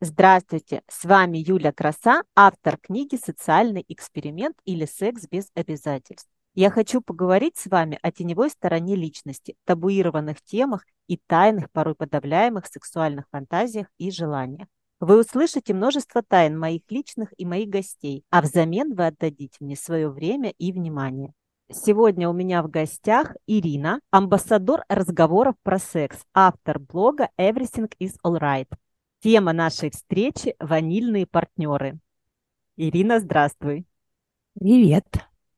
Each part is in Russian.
Здравствуйте, с вами Юля Краса, автор книги «Социальный эксперимент» или «Секс без обязательств». Я хочу поговорить с вами о теневой стороне личности, табуированных темах и тайных, порой подавляемых сексуальных фантазиях и желаниях. Вы услышите множество тайн моих личных и моих гостей, а взамен вы отдадите мне свое время и внимание. Сегодня у меня в гостях Ирина, амбассадор разговоров про секс, автор блога Everything is Alright. Тема нашей встречи – ванильные партнеры. Ирина, здравствуй. Привет.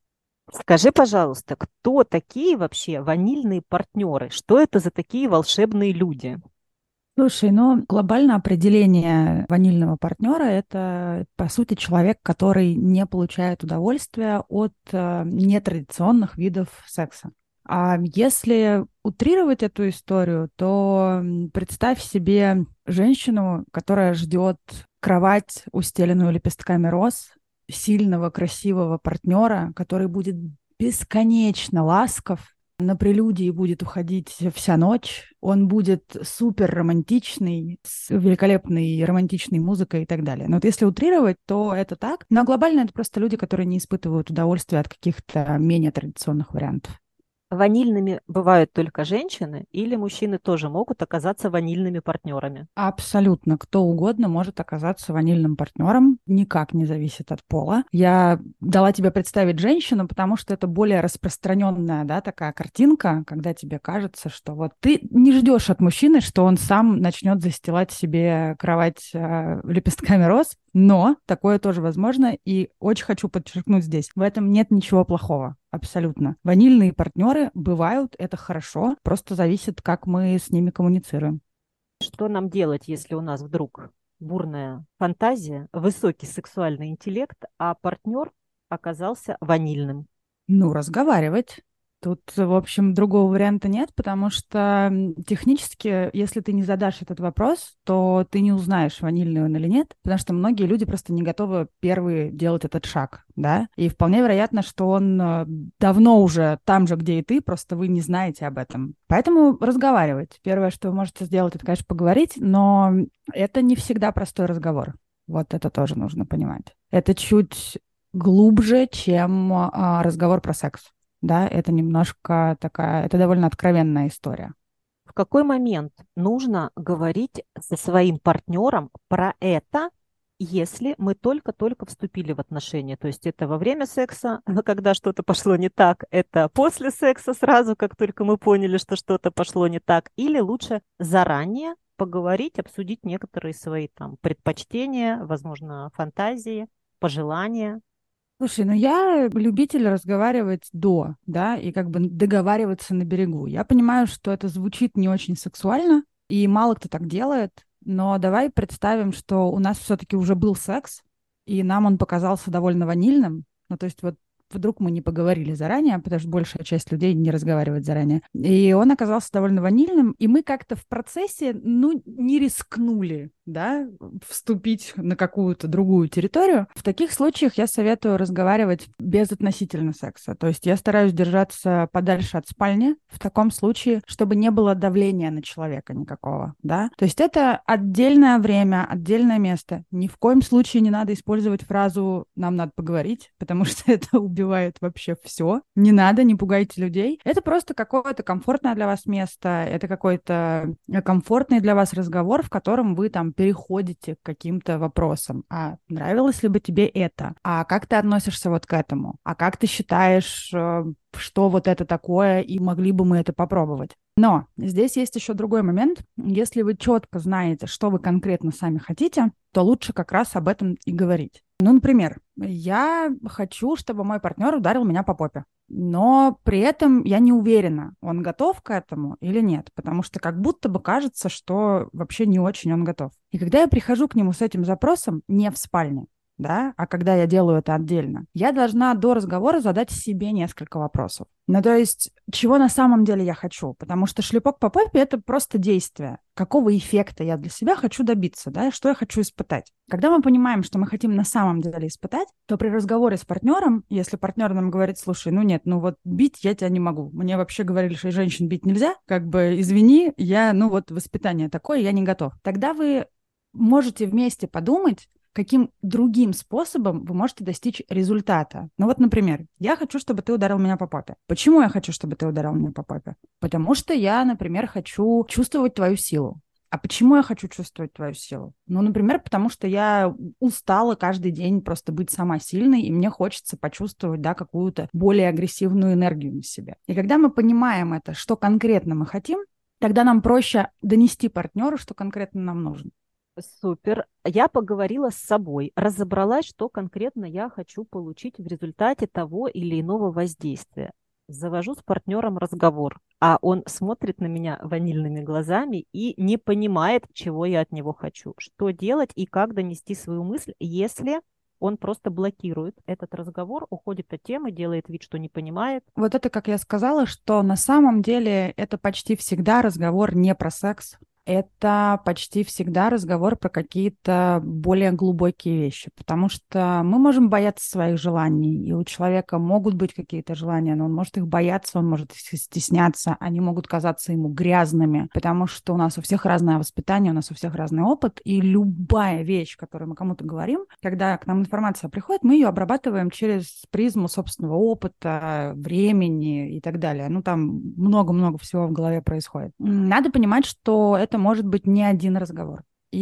Скажи, пожалуйста, кто такие вообще ванильные партнеры? Что это за такие волшебные люди? Слушай, ну, глобальное определение ванильного партнера — это, по сути, человек, который не получает удовольствия от нетрадиционных видов секса. А если утрировать эту историю, то представь себе женщину, которая ждет кровать, устеленную лепестками роз, сильного, красивого партнера, который будет бесконечно ласков, на прелюдии будет уходить вся ночь, он будет супер романтичный, с великолепной романтичной музыкой и так далее. Но вот если утрировать, то это так. Но глобально это просто люди, которые не испытывают удовольствия от каких-то менее традиционных вариантов. Ванильными бывают только женщины или мужчины тоже могут оказаться ванильными партнерами? Абсолютно кто угодно может оказаться ванильным партнером, никак не зависит от пола. Я дала тебе представить женщину, потому что это более распространенная, да, такая картинка, когда тебе кажется, что вот ты не ждешь от мужчины, что он сам начнет застилать себе кровать лепестками роз, но такое тоже возможно, и очень хочу подчеркнуть здесь, в этом нет ничего плохого. Абсолютно. Ванильные партнеры бывают, это хорошо, просто зависит, как мы с ними коммуницируем. Что нам делать, если у нас вдруг бурная фантазия, высокий сексуальный интеллект, а партнер оказался ванильным? Ну, разговаривать. Тут, в общем, другого варианта нет, потому что технически, если ты не задашь этот вопрос, то ты не узнаешь, ванильный он или нет, потому что многие люди просто не готовы первые делать этот шаг, да, и вполне вероятно, что он давно уже там же, где и ты, просто вы не знаете об этом. Поэтому разговаривать. Первое, что вы можете сделать, это, конечно, поговорить, но это не всегда простой разговор. Вот это тоже нужно понимать. Это чуть глубже, чем разговор про секс. Да, это немножко такая, это довольно откровенная история. В какой момент нужно говорить со своим партнером про это, если мы только-только вступили в отношения? То есть это во время секса, но когда что-то пошло не так, это после секса сразу, как только мы поняли, что что-то пошло не так, или лучше заранее поговорить, обсудить некоторые свои там предпочтения, возможно, фантазии, пожелания. Слушай, ну я любитель разговаривать до, да, и как бы договариваться на берегу. Я понимаю, что это звучит не очень сексуально, и мало кто так делает, но давай представим, что у нас все-таки уже был секс, и нам он показался довольно ванильным. Ну, то есть вот вдруг мы не поговорили заранее, потому что большая часть людей не разговаривает заранее. И он оказался довольно ванильным, и мы как-то в процессе, ну, не рискнули, да, вступить на какую-то другую территорию. В таких случаях я советую разговаривать без относительно секса. То есть я стараюсь держаться подальше от спальни в таком случае, чтобы не было давления на человека никакого, да. То есть это отдельное время, отдельное место. Ни в коем случае не надо использовать фразу «нам надо поговорить», потому что это убивает вообще все. Не надо, не пугайте людей. Это просто какое-то комфортное для вас место, это какой-то комфортный для вас разговор, в котором вы там переходите к каким-то вопросам. А нравилось ли бы тебе это? А как ты относишься вот к этому? А как ты считаешь, что вот это такое, и могли бы мы это попробовать? Но здесь есть еще другой момент. Если вы четко знаете, что вы конкретно сами хотите, то лучше как раз об этом и говорить. Ну, например, я хочу, чтобы мой партнер ударил меня по попе. Но при этом я не уверена, он готов к этому или нет, потому что как будто бы кажется, что вообще не очень он готов. И когда я прихожу к нему с этим запросом не в спальне, да, а когда я делаю это отдельно, я должна до разговора задать себе несколько вопросов. Ну, то есть, чего на самом деле я хочу? Потому что шлепок по попе — это просто действие. Какого эффекта я для себя хочу добиться, да, что я хочу испытать. Когда мы понимаем, что мы хотим на самом деле испытать, то при разговоре с партнером, если партнер нам говорит: слушай, ну нет, ну вот бить я тебя не могу. Мне вообще говорили, что женщин бить нельзя, как бы извини, я, ну вот воспитание такое, я не готов. Тогда вы можете вместе подумать, каким другим способом вы можете достичь результата. Ну вот, например, я хочу, чтобы ты ударил меня по попе. Почему я хочу, чтобы ты ударил меня по попе? Потому что я, например, хочу чувствовать твою силу. А почему я хочу чувствовать твою силу? Ну, например, потому что я устала каждый день просто быть сама сильной, и мне хочется почувствовать, да, какую-то более агрессивную энергию на себе. И когда мы понимаем это, что конкретно мы хотим, тогда нам проще донести партнеру, что конкретно нам нужно. Супер. Я поговорила с собой, разобралась, что конкретно я хочу получить в результате того или иного воздействия. Завожу с партнером разговор, а он смотрит на меня ванильными глазами и не понимает, чего я от него хочу. Что делать и как донести свою мысль, если он просто блокирует этот разговор, уходит от темы, делает вид, что не понимает. Вот это, как я сказала, что на самом деле это почти всегда разговор не про секс. Это почти всегда разговор про какие-то более глубокие вещи, потому что мы можем бояться своих желаний, и у человека могут быть какие-то желания, но он может их бояться, он может их стесняться, они могут казаться ему грязными, потому что у нас у всех разное воспитание, у нас у всех разный опыт, и любая вещь, которую мы кому-то говорим, когда к нам информация приходит, мы ее обрабатываем через призму собственного опыта, времени и так далее. Ну, там много-много всего в голове происходит. Надо понимать, что это может быть не один разговор.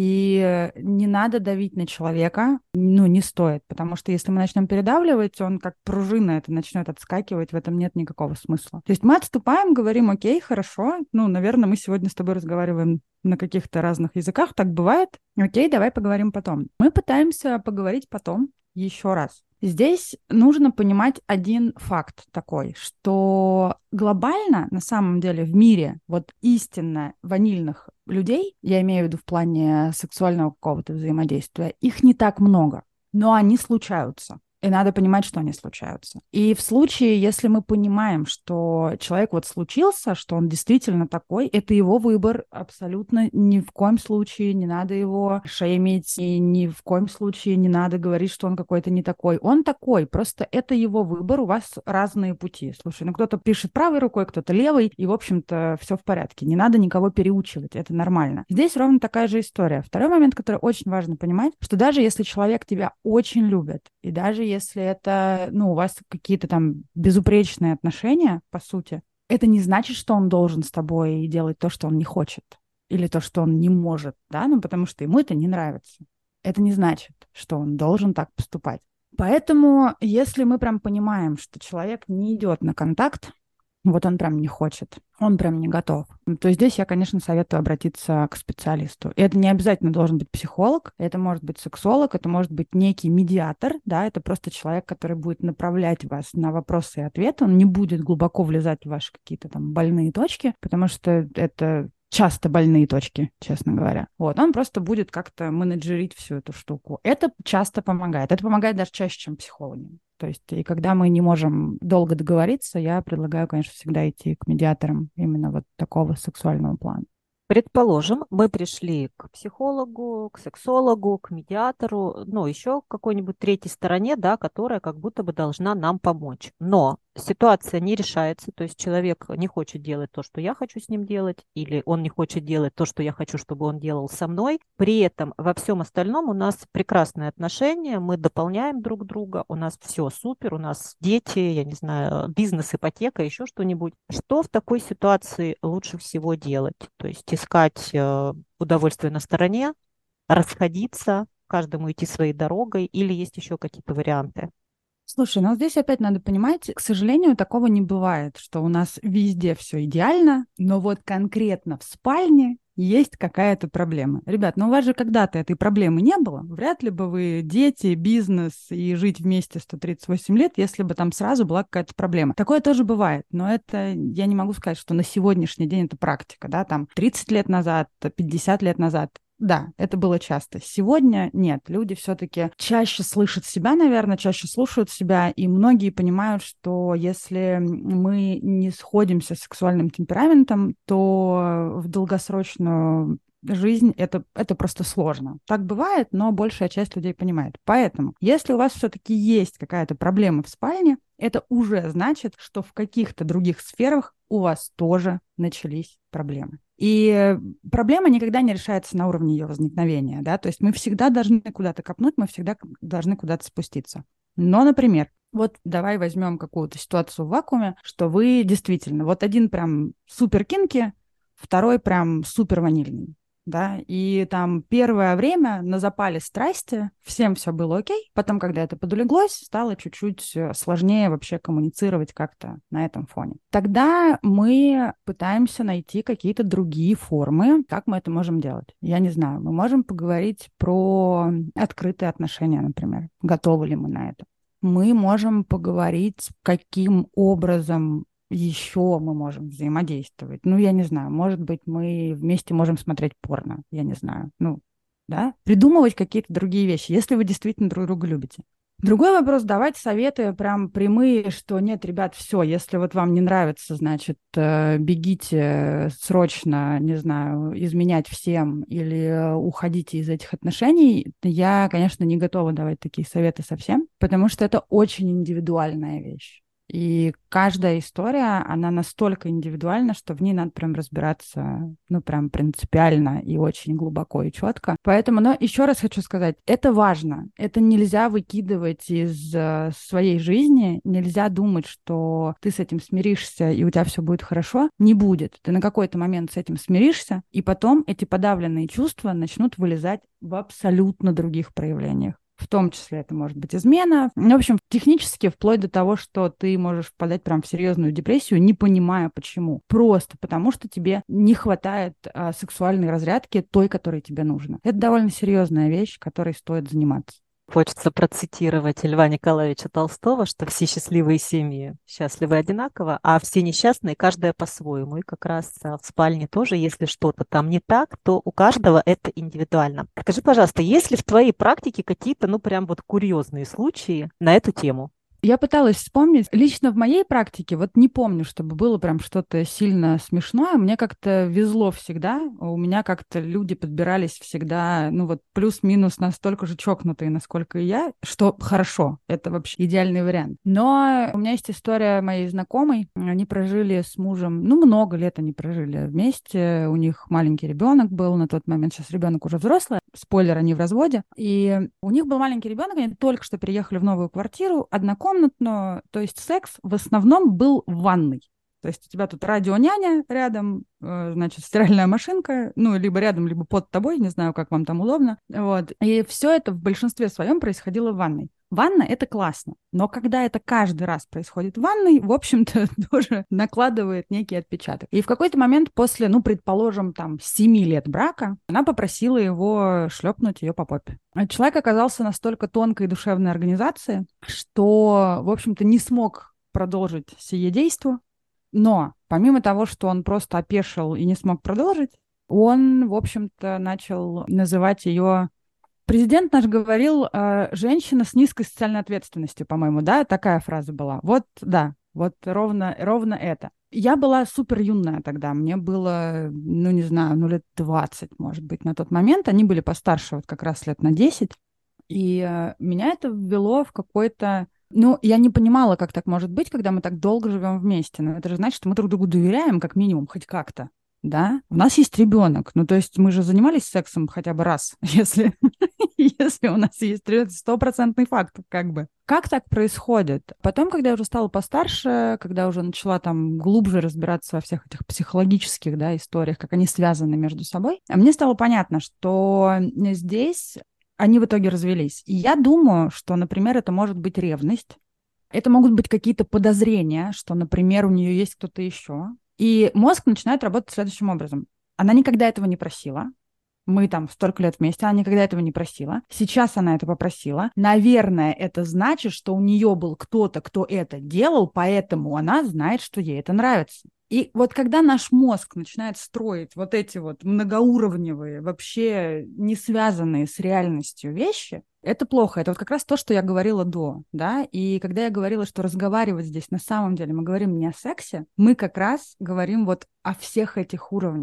И не надо давить на человека, ну, не стоит, потому что если мы начнем передавливать, он как пружина это начнет отскакивать, в этом нет никакого смысла. То есть мы отступаем, говорим, окей, хорошо, ну, наверное, мы сегодня с тобой разговариваем на каких-то разных языках, так бывает, окей, давай поговорим потом. Мы пытаемся поговорить потом еще раз. Здесь нужно понимать один факт такой, что глобально, на самом деле, в мире вот истинно ванильных людей, я имею в виду в плане сексуального какого-то взаимодействия, их не так много, но они случаются. И надо понимать, что они случаются. И в случае, если мы понимаем, что человек вот случился, что он действительно такой, это его выбор, абсолютно ни в коем случае не надо его шеймить, и ни в коем случае не надо говорить, что он какой-то не такой. Он такой, просто это его выбор, у вас разные пути. Слушай, ну кто-то пишет правой рукой, кто-то левой, и, в общем-то, все в порядке. Не надо никого переучивать, это нормально. Здесь ровно такая же история. Второй момент, который очень важно понимать, что даже если человек тебя очень любит, и даже если это, ну, у вас какие-то там безупречные отношения, по сути, это не значит, что он должен с тобой делать то, что он не хочет, или то, что он не может, да, ну, потому что ему это не нравится. Это не значит, что он должен так поступать. Поэтому, если мы прям понимаем, что человек не идет на контакт, вот он прям не хочет, он прям не готов, то здесь я, конечно, советую обратиться к специалисту. И это не обязательно должен быть психолог, это может быть сексолог, это может быть некий медиатор, да, это просто человек, который будет направлять вас на вопросы и ответы, он не будет глубоко влезать в ваши какие-то там больные точки, потому что это часто больные точки, честно говоря. Вот, он просто будет как-то менеджерить всю эту штуку. Это часто помогает. Это помогает даже чаще, чем психологи. То есть, и когда мы не можем долго договориться, я предлагаю, конечно, всегда идти к медиаторам именно вот такого сексуального плана. Предположим, мы пришли к психологу, к сексологу, к медиатору, ну, еще к какой-нибудь третьей стороне, да, которая как будто бы должна нам помочь. Но ситуация не решается, то есть человек не хочет делать то, что я хочу с ним делать, или он не хочет делать то, что я хочу, чтобы он делал со мной. При этом во всем остальном у нас прекрасные отношения, мы дополняем друг друга, у нас все супер, у нас дети, я не знаю, бизнес, ипотека, еще что-нибудь. Что в такой ситуации лучше всего делать? То есть искать удовольствие на стороне, расходиться, каждому идти своей дорогой, или есть еще какие-то варианты? Слушай, ну здесь опять надо понимать, к сожалению, такого не бывает, что у нас везде все идеально, но вот конкретно в спальне есть какая-то проблема. Ребят, ну у вас же когда-то этой проблемы не было. Вряд ли бы вы дети, бизнес и жить вместе 138 лет, если бы там сразу была какая-то проблема. Такое тоже бывает, но это я не могу сказать, что на сегодняшний день это практика, да, там 30 лет назад, 50 лет назад. Да, это было часто. Сегодня нет. Люди все-таки чаще слышат себя, наверное, чаще слушают себя, и многие понимают, что если мы не сходимся с сексуальным темпераментом, то в долгосрочную жизнь это просто сложно. Так бывает, но большая часть людей понимает. Поэтому, если у вас все-таки есть какая-то проблема в спальне, это уже значит, что в каких-то других сферах у вас тоже начались проблемы. И проблема никогда не решается на уровне ее возникновения, да, то есть мы всегда должны куда-то копнуть, мы всегда должны куда-то спуститься. Но, например, вот давай возьмем какую-то ситуацию в вакууме, что вы действительно, вот один прям супер кинки, второй прям супер ванильный. Да, и там первое время на запале страсти всем все было окей, потом, когда это подулеглось, стало чуть-чуть сложнее вообще коммуницировать как-то на этом фоне. Тогда мы пытаемся найти какие-то другие формы, как мы это можем делать. Я не знаю, мы можем поговорить про открытые отношения, например. Готовы ли мы на это? Мы можем поговорить, каким образом еще мы можем взаимодействовать. Ну, я не знаю, может быть, мы вместе можем смотреть порно, я не знаю. Ну, да, придумывать какие-то другие вещи, если вы действительно друг друга любите. Другой вопрос, давать советы прям прямые, что нет, ребят, все, если вот вам не нравится, значит, бегите срочно, не знаю, изменять всем или уходите из этих отношений. Я, конечно, не готова давать такие советы совсем, потому что это очень индивидуальная вещь. И каждая история, она настолько индивидуальна, что в ней надо прям разбираться, ну, прям принципиально и очень глубоко и четко. Поэтому, но еще раз хочу сказать, это важно. Это нельзя выкидывать из своей жизни. Нельзя думать, что ты с этим смиришься, и у тебя все будет хорошо. Не будет. Ты на какой-то момент с этим смиришься, и потом эти подавленные чувства начнут вылезать в абсолютно других проявлениях. В том числе это может быть измена. Ну, в общем, технически вплоть до того, что ты можешь впадать прям в серьезную депрессию, не понимая почему. Просто потому, что тебе не хватает сексуальной разрядки той, которой тебе нужно. Это довольно серьезная вещь, которой стоит заниматься. Хочется процитировать Льва Николаевича Толстого, что все счастливые семьи счастливы одинаково, а все несчастные каждая по-своему. И как раз в спальне тоже, если что-то там не так, то у каждого это индивидуально. Скажи, пожалуйста, есть ли в твоей практике какие-то, ну, прям вот курьезные случаи на эту тему? Я пыталась вспомнить. Лично в моей практике, вот не помню, чтобы было прям что-то сильно смешное. Мне как-то везло всегда. У меня как-то люди подбирались всегда, ну вот плюс-минус настолько же чокнутые, насколько и я, что хорошо. Это вообще идеальный вариант. Но у меня есть история моей знакомой. Они прожили с мужем, ну много лет они прожили вместе. У них маленький ребенок был на тот момент. Сейчас ребенок уже взрослый. Спойлер, они в разводе. И у них был маленький ребенок, они только что переехали в новую квартиру, однокомнатную, то есть секс в основном был в ванной. То есть у тебя тут радионяня рядом, значит, стиральная машинка, ну, либо рядом, либо под тобой, не знаю, как вам там удобно. Вот. И все это в большинстве своем происходило в ванной. Ванна — это классно, но когда это каждый раз происходит в ванной, в общем-то, тоже накладывает некий отпечаток. И в какой-то момент после, ну, предположим, там, 7 лет брака, она попросила его шлепнуть ее по попе. Человек оказался настолько тонкой душевной организацией, что, в общем-то, не смог продолжить сие действо, но помимо того, что он просто опешил и не смог продолжить, он, в общем-то, начал называть ее... Президент наш говорил, женщина с низкой социальной ответственностью, по-моему, да, такая фраза была. Вот, да, вот ровно это. Я была супер юная тогда, мне было, ну, не знаю, ну, лет 20, может быть, на тот момент. Они были постарше, вот как раз лет на 10. И меня это ввело в какой-то... Ну, я не понимала, как так может быть, когда мы так долго живем вместе. Но это же значит, что мы друг другу доверяем, как минимум, хоть как-то. Да, у нас есть ребенок, ну то есть мы же занимались сексом хотя бы раз, если у нас есть стопроцентный факт, как бы. Как так происходит? Потом, когда я уже стала постарше, когда уже начала там глубже разбираться во всех этих психологических, да, историях, как они связаны между собой, мне стало понятно, что здесь они в итоге развелись. И я думаю, что, например, это может быть ревность, это могут быть какие-то подозрения, что, например, у нее есть кто-то еще. И мозг начинает работать следующим образом. Она никогда этого не просила. Мы там столько лет вместе, она никогда этого не просила. Сейчас она это попросила. Наверное, это значит, что у нее был кто-то, кто это делал, поэтому она знает, что ей это нравится. И вот когда наш мозг начинает строить вот эти вот многоуровневые, вообще не связанные с реальностью вещи, это плохо. Это вот как раз то, что я говорила до, да. И когда я говорила, что разговаривать здесь на самом деле мы говорим не о сексе, мы как раз говорим вот о всех этих уровнях.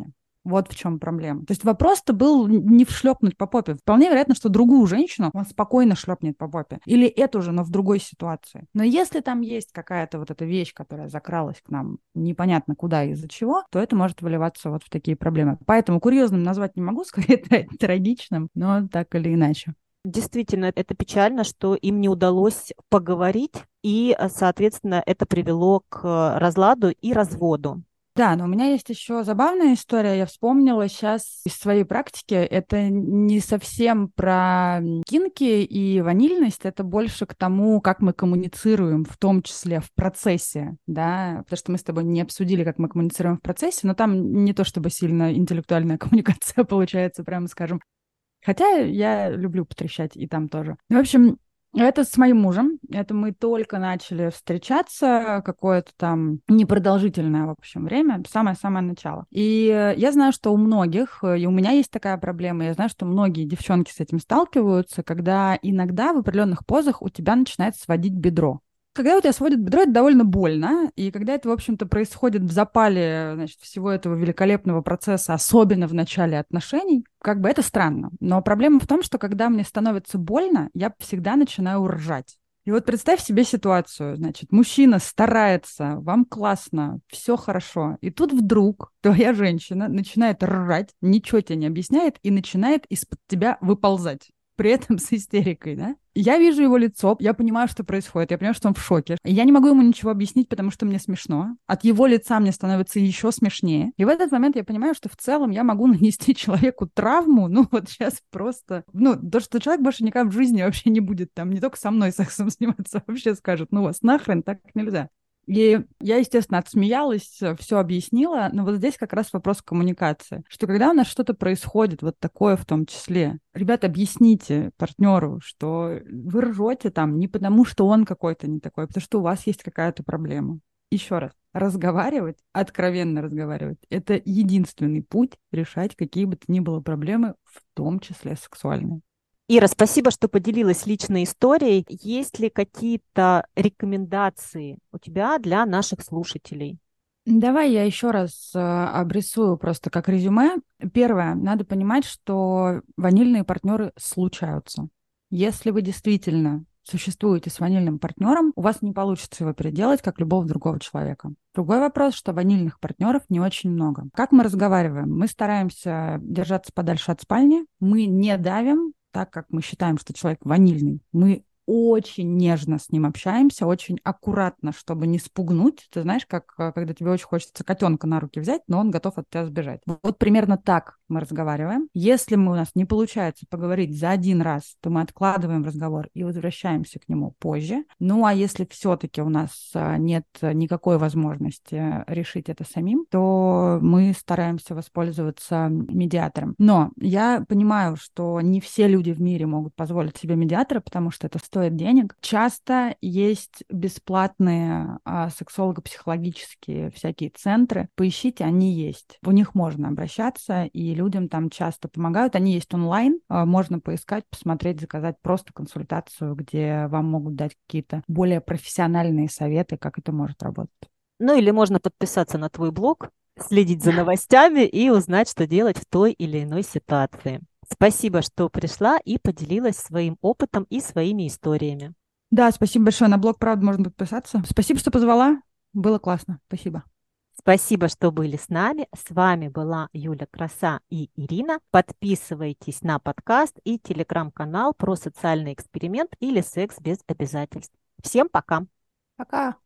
Вот в чем проблема. То есть вопрос-то был не вшлепнуть по попе. Вполне вероятно, что другую женщину он спокойно шлепнет по попе. Или эту же, но в другой ситуации. Но если там есть какая-то вот эта вещь, которая закралась к нам непонятно куда и из-за чего, то это может выливаться вот в такие проблемы. Поэтому курьезным назвать не могу, скорее трагичным, но так или иначе. Действительно, это печально, что им не удалось поговорить, и, соответственно, это привело к разладу и разводу. Да, но у меня есть еще забавная история. Я вспомнила сейчас из своей практики. Это не совсем про кинки и ванильность, это больше к тому, как мы коммуницируем, в том числе в процессе, да, потому что мы с тобой не обсудили, как мы коммуницируем в процессе, но там не то чтобы сильно интеллектуальная коммуникация получается, прямо скажем. Хотя я люблю потрещать и там тоже. В общем, это с моим мужем. Это мы только начали встречаться, какое-то там непродолжительное, в общем, время, самое-самое начало. И я знаю, что у многих, и у меня есть такая проблема, я знаю, что многие девчонки с этим сталкиваются, когда иногда в определенных позах у тебя начинает сводить бедро. Когда у тебя сводит бедро, это довольно больно, и когда это, в общем-то, происходит в запале, значит, всего этого великолепного процесса, особенно в начале отношений, как бы это странно. Но проблема в том, что когда мне становится больно, я всегда начинаю ржать. И вот представь себе ситуацию, значит, мужчина старается, вам классно, все хорошо, и тут вдруг твоя женщина начинает ржать, ничего тебе не объясняет, и начинает из-под тебя выползать. При этом с истерикой, да? Я вижу его лицо, я понимаю, что происходит, я понимаю, что он в шоке. Я не могу ему ничего объяснить, потому что мне смешно. От его лица мне становится еще смешнее. И в этот момент я понимаю, что в целом я могу нанести человеку травму, ну вот сейчас просто, ну, то, что человек больше никогда в жизни вообще не будет там, не только со мной сексом заниматься, вообще скажет, ну вас нахрен, так нельзя. И я, естественно, отсмеялась, все объяснила, но вот здесь как раз вопрос коммуникации, что когда у нас что-то происходит, вот такое в том числе, ребята, объясните партнеру, что вы ржете там не потому, что он какой-то не такой, а потому что у вас есть какая-то проблема. Еще раз, разговаривать, откровенно разговаривать, это единственный путь решать какие бы то ни было проблемы, в том числе сексуальные. Ира, спасибо, что поделилась личной историей. Есть ли какие-то рекомендации у тебя для наших слушателей? Давай я еще раз обрисую просто как резюме. Первое, надо понимать, что ванильные партнеры случаются. Если вы действительно существуете с ванильным партнером, у вас не получится его переделать, как любого другого человека. Другой вопрос, что ванильных партнеров не очень много. Как мы разговариваем? Мы стараемся держаться подальше от спальни, мы не давим, так как мы считаем, что человек ванильный. Мы очень нежно с ним общаемся, очень аккуратно, чтобы не спугнуть. Ты знаешь, как когда тебе очень хочется котенка на руки взять, но он готов от тебя сбежать. Вот примерно так мы разговариваем. Если у нас не получается поговорить за один раз, то мы откладываем разговор и возвращаемся к нему позже. Ну, а если все-таки у нас нет никакой возможности решить это самим, то мы стараемся воспользоваться медиатором. Но я понимаю, что не все люди в мире могут позволить себе медиатора, потому что это стоит денег. Часто есть бесплатные сексолого-психологические всякие центры. Поищите, они есть. В них можно обращаться, и людям там часто помогают. Они есть онлайн. Можно поискать, посмотреть, заказать просто консультацию, где вам могут дать какие-то более профессиональные советы, как это может работать. Ну или можно подписаться на твой блог, следить за новостями и узнать, что делать в той или иной ситуации. Спасибо, что пришла и поделилась своим опытом и своими историями. Да, спасибо большое. На блог, правда, можно подписаться. Спасибо, что позвала. Было классно. Спасибо. Спасибо, что были с нами. С вами была Юля Краса и Ирина. Подписывайтесь на подкаст и телеграм-канал про социальный эксперимент или секс без обязательств. Всем пока! Пока.